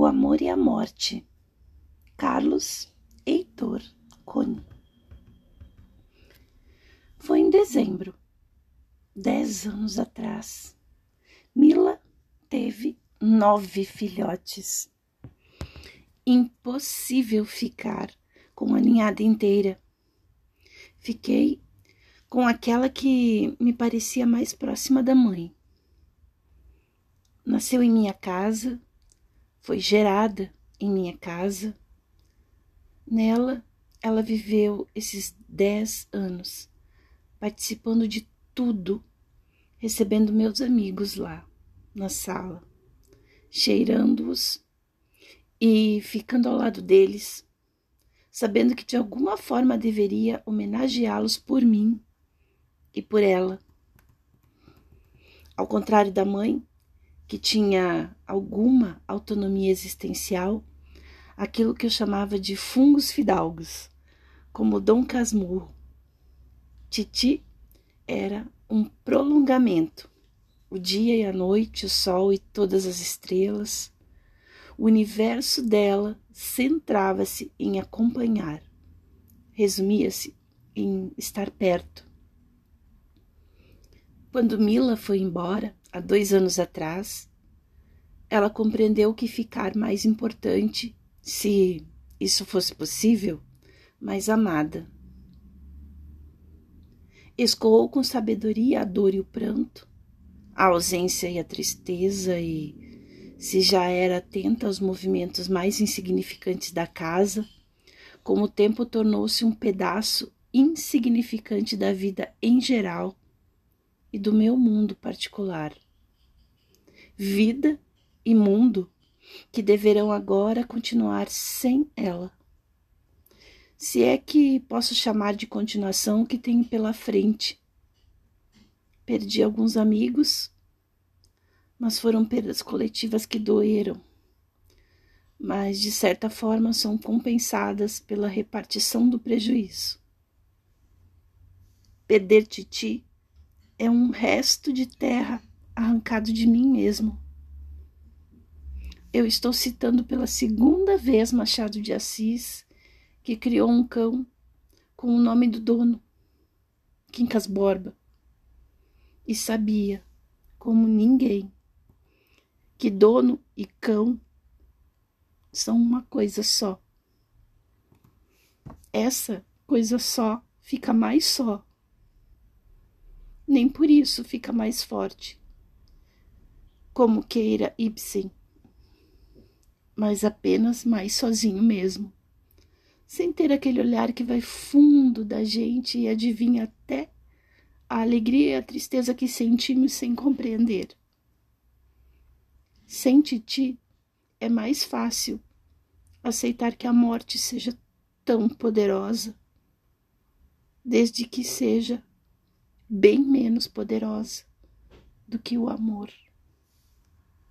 O Amor e a Morte, Carlos Heitor Coni. Foi em dezembro, 10 anos atrás. Mila teve 9 filhotes. Impossível ficar com a ninhada inteira. Fiquei com aquela que me parecia mais próxima da mãe. Nasceu em minha casa, foi gerada em minha casa. Nela, ela viveu esses 10 anos, participando de tudo, recebendo meus amigos lá na sala, cheirando-os e ficando ao lado deles, sabendo que de alguma forma deveria homenageá-los por mim e por ela. Ao contrário da mãe, que tinha alguma autonomia existencial, aquilo que eu chamava de fungos fidalgos, como Dom Casmurro. Titi era um prolongamento, o dia e a noite, o sol e todas as estrelas. O universo dela centrava-se em acompanhar, resumia-se em estar perto. Quando Mila foi embora, há 2 anos atrás, ela compreendeu que ficar mais importante, se isso fosse possível, mais amada. Escoou com sabedoria a dor e o pranto, a ausência e a tristeza, e, se já era atenta aos movimentos mais insignificantes da casa, com o tempo tornou-se um pedaço insignificante da vida em geral e do meu mundo particular. Vida e mundo que deverão agora continuar sem ela. Se é que posso chamar de continuação o que tenho pela frente. Perdi alguns amigos, mas foram perdas coletivas que doeram. Mas, de certa forma, são compensadas pela repartição do prejuízo. Perder Titi é um resto de terra arrancado de mim mesmo. Eu estou citando pela 2ª vez Machado de Assis, que criou um cão com o nome do dono, Quincas Borba, e sabia, como ninguém, que dono e cão são uma coisa só. Essa coisa só fica mais só. Nem por isso fica mais forte, como queira Ibsen, mas apenas mais sozinho mesmo, sem ter aquele olhar que vai fundo da gente e adivinha até a alegria e a tristeza que sentimos sem compreender. Sem Titi, é mais fácil aceitar que a morte seja tão poderosa, desde que seja bem menos poderosa do que o amor.